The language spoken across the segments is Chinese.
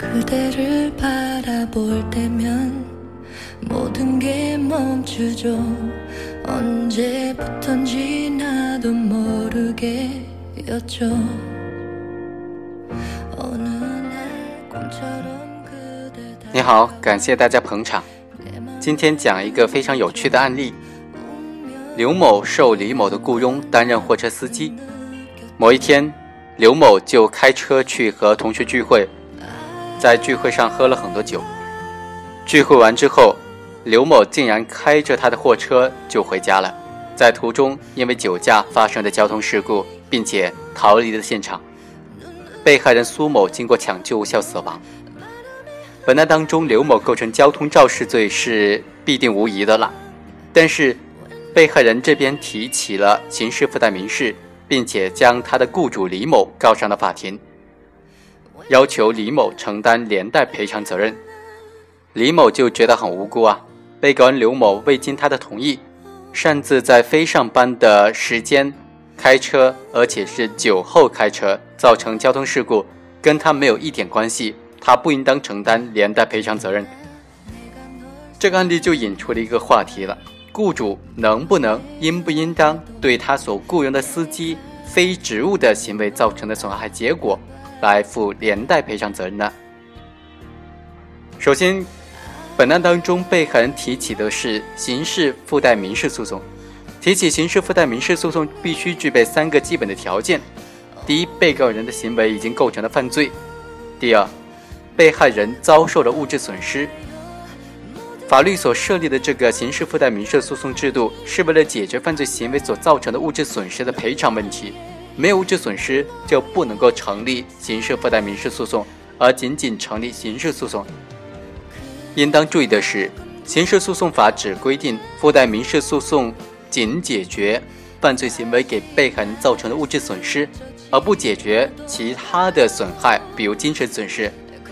그대를 바라볼 때면 모든 게 멈추죠. 언제부턴지 나도 모르게였죠. 어느 날 꿈처럼 그대 你好，感谢大家捧场。今天讲一个非常有趣的案例。刘某受李某的雇佣担任货车司机。某一天，刘某就开车去和同学聚会，在聚会上喝了很多酒。聚会完之后，刘某竟然开着他的货车就回家了，在途中因为酒驾发生的交通事故，并且逃离了现场。被害人苏某经过抢救无效死亡。本案当中，刘某构成交通肇事罪是必定无疑的了，但是被害人这边提起了刑事附带民事，并且将他的雇主李某告上了法庭，要求李某承担连带赔偿责任。李某就觉得很无辜啊，被告人刘某未经他的同意，擅自在非上班的时间开车，而且是酒后开车，造成交通事故，跟他没有一点关系，他不应当承担连带赔偿责任。这个案例就引出了一个话题了，雇主能不能应不应当对他所雇佣的司机非职务的行为造成的损害结果来负连带赔偿责任呢？首先，本案当中被害人提起的是刑事附带民事诉讼。提起刑事附带民事诉讼必须具备3个基本的条件。第一，被告人的行为已经构成了犯罪。第二，被害人遭受了物质损失。法律所设立的这个刑事附带民事诉讼制度是为了解决犯罪行为所造成的物质损失的赔偿问题，没有物质损失就不能够成立刑事附带民事诉讼，而仅仅成立刑事诉讼。应当注意的是，刑事诉讼法只规定附带民事诉讼仅解决犯罪行为给被害人造成的物质损失，而不解决其他的损害，比如精神损失。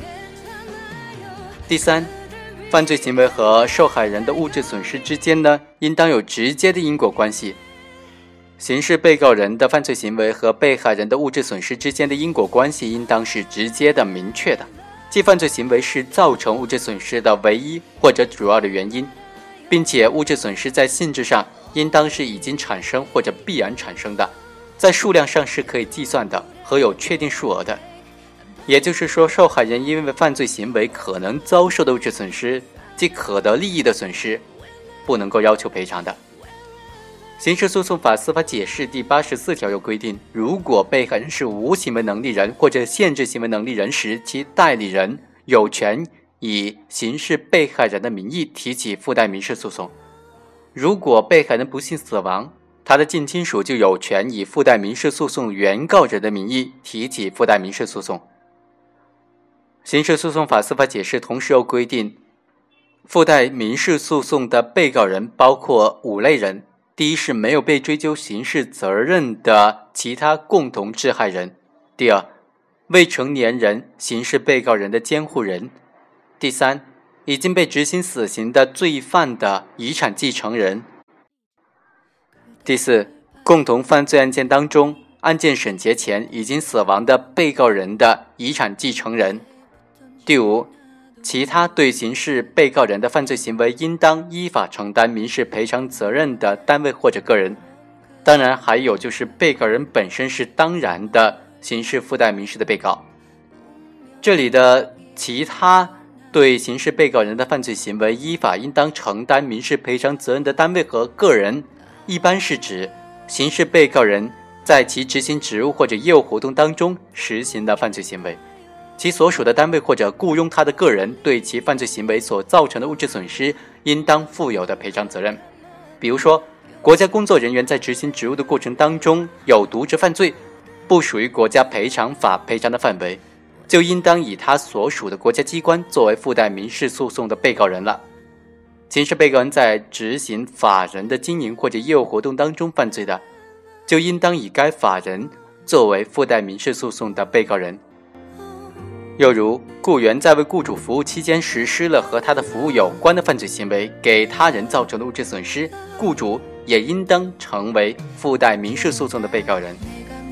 第三，犯罪行为和受害人的物质损失之间呢，应当有直接的因果关系。刑事被告人的犯罪行为和被害人的物质损失之间的因果关系应当是直接的、明确的，即犯罪行为是造成物质损失的唯一或者主要的原因，并且物质损失在性质上应当是已经产生或者必然产生的，在数量上是可以计算的和有确定数额的。也就是说，受害人因为犯罪行为可能遭受的物质损失，即可得利益的损失，不能够要求赔偿的。刑事诉讼法司法解释第84条有规定，如果被害人是无行为能力人或者限制行为能力人时，其代理人有权以刑事被害人的名义提起附带民事诉讼。如果被害人不幸死亡，他的近亲属就有权以附带民事诉讼原告人的名义提起附带民事诉讼。刑事诉讼法司法解释同时又规定，附带民事诉讼的被告人包括5类人。第一是没有被追究刑事责任的其他共同致害人。第二，未成年人刑事被告人的监护人。第三，已经被执行死刑的罪犯的遗产继承人。第四，共同犯罪案件当中案件审结前已经死亡的被告人的遗产继承人。第五，其他对刑事被告人的犯罪行为应当依法承担民事赔偿责任的单位或者个人。当然还有就是被告人本身是当然的刑事附带民事的被告。这里的其他对刑事被告人的犯罪行为依法应当承担民事赔偿责任的单位和个人，一般是指刑事被告人在其执行职务或者业务活动当中实行的犯罪行为，其所属的单位或者雇佣他的个人对其犯罪行为所造成的物质损失应当负有的赔偿责任。比如说，国家工作人员在执行职务的过程当中有渎职犯罪，不属于国家赔偿法赔偿的范围，就应当以他所属的国家机关作为附带民事诉讼的被告人了。刑事被告人在执行法人的经营或者业务活动当中犯罪的，就应当以该法人作为附带民事诉讼的被告人。又如，雇员在为雇主服务期间实施了和他的服务有关的犯罪行为，给他人造成的物质损失，雇主也应当成为附带民事诉讼的被告人。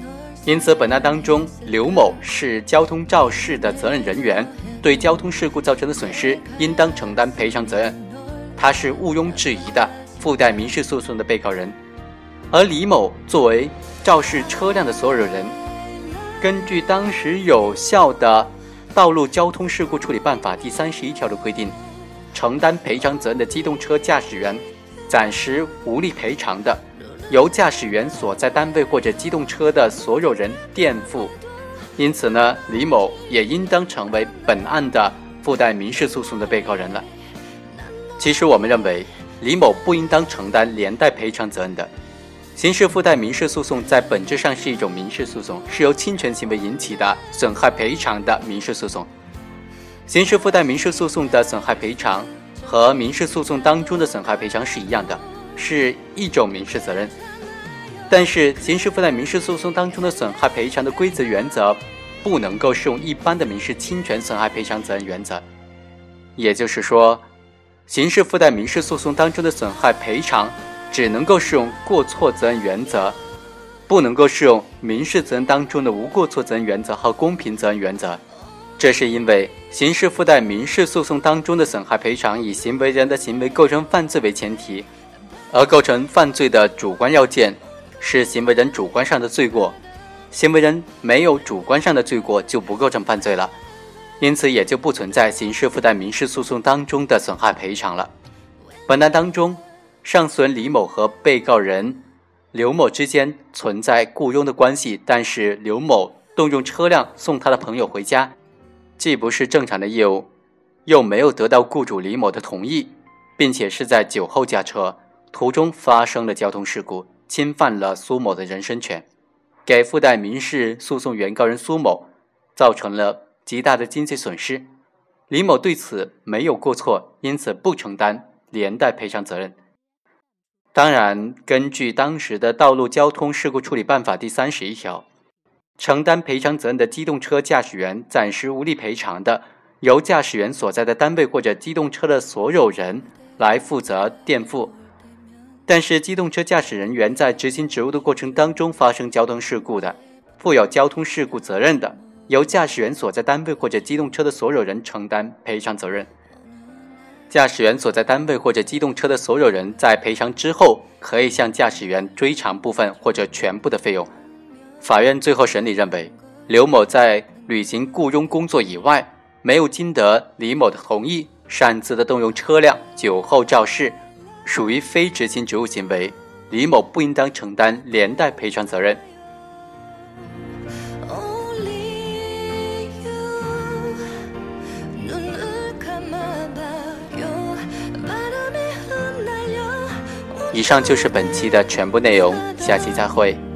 因此本案当中，刘某是交通肇事的责任人员，对交通事故造成的损失应当承担赔偿责任，他是毋庸置疑的附带民事诉讼的被告人。而李某作为肇事车辆的所有人，根据当时有效的《道路交通事故处理办法》第31条的规定，承担赔偿责任的机动车驾驶员暂时无力赔偿的，由驾驶员所在单位或者机动车的所有人垫付。因此呢，李某也应当成为本案的附带民事诉讼的被告人了。其实我们认为，李某不应当承担连带赔偿责任的。刑事附带民事诉讼在本质上是一种民事诉讼，是由侵权行为引起的损害赔偿的民事诉讼。刑事附带民事诉讼的损害赔偿和民事诉讼当中的损害赔偿是一样的，是一种民事责任。但是刑事附带民事诉讼当中的损害赔偿的规则原则不能够适用一般的民事侵权损害赔偿责任原则。也就是说，刑事附带民事诉讼当中的损害赔偿只能够适用过错责任原则，不能够适用民事责任当中的无过错责任原则和公平责任原则。这是因为刑事附带民事诉讼当中的损害赔偿以行为人的行为构成犯罪为前提，而构成犯罪的主观要件是行为人主观上的罪过，行为人没有主观上的罪过就不构成犯罪了，因此也就不存在刑事附带民事诉讼当中的损害赔偿了。本案当中，上诉人李某和被告人刘某之间存在雇佣的关系，但是刘某动用车辆送他的朋友回家，既不是正常的业务，又没有得到雇主李某的同意，并且是在酒后驾车，途中发生了交通事故，侵犯了苏某的人身权，给附带民事诉讼原告人苏某造成了极大的经济损失。李某对此没有过错，因此不承担连带赔偿责任。当然，根据当时的《道路交通事故处理办法》第31条，承担赔偿责任的机动车驾驶员暂时无力赔偿的，由驾驶员所在的单位或者机动车的所有人来负责垫付。但是机动车驾驶人员在执行职务的过程当中发生交通事故的，负有交通事故责任的，由驾驶员所在单位或者机动车的所有人承担赔偿责任。驾驶员所在单位或者机动车的所有人在赔偿之后，可以向驾驶员追偿部分或者全部的费用。法院最后审理认为，刘某在履行雇佣工作以外，没有经得李某的同意，擅自的动用车辆，酒后肇事，属于非执行职务行为，李某不应当承担连带赔偿责任。以上就是本期的全部内容，下期再会。